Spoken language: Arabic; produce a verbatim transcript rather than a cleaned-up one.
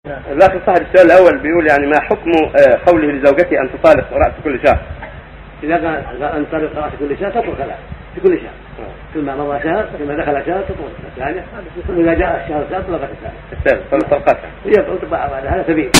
الاخ صاحب السؤال الاول بيقول يعني ما حكم قوله لزوجتي ان تطالق راس كل شهر؟ اذا قال ان تطلق راس كل شهر تطلق ثلاث في كل شهر، كل ما مضى شهر كل ما دخل شهر تطلق الثانيه، واذا جاء الشهر الثالث طلقت الثالث الثالث ثلاث طلقات هي تطلق بعد هذا سبيل.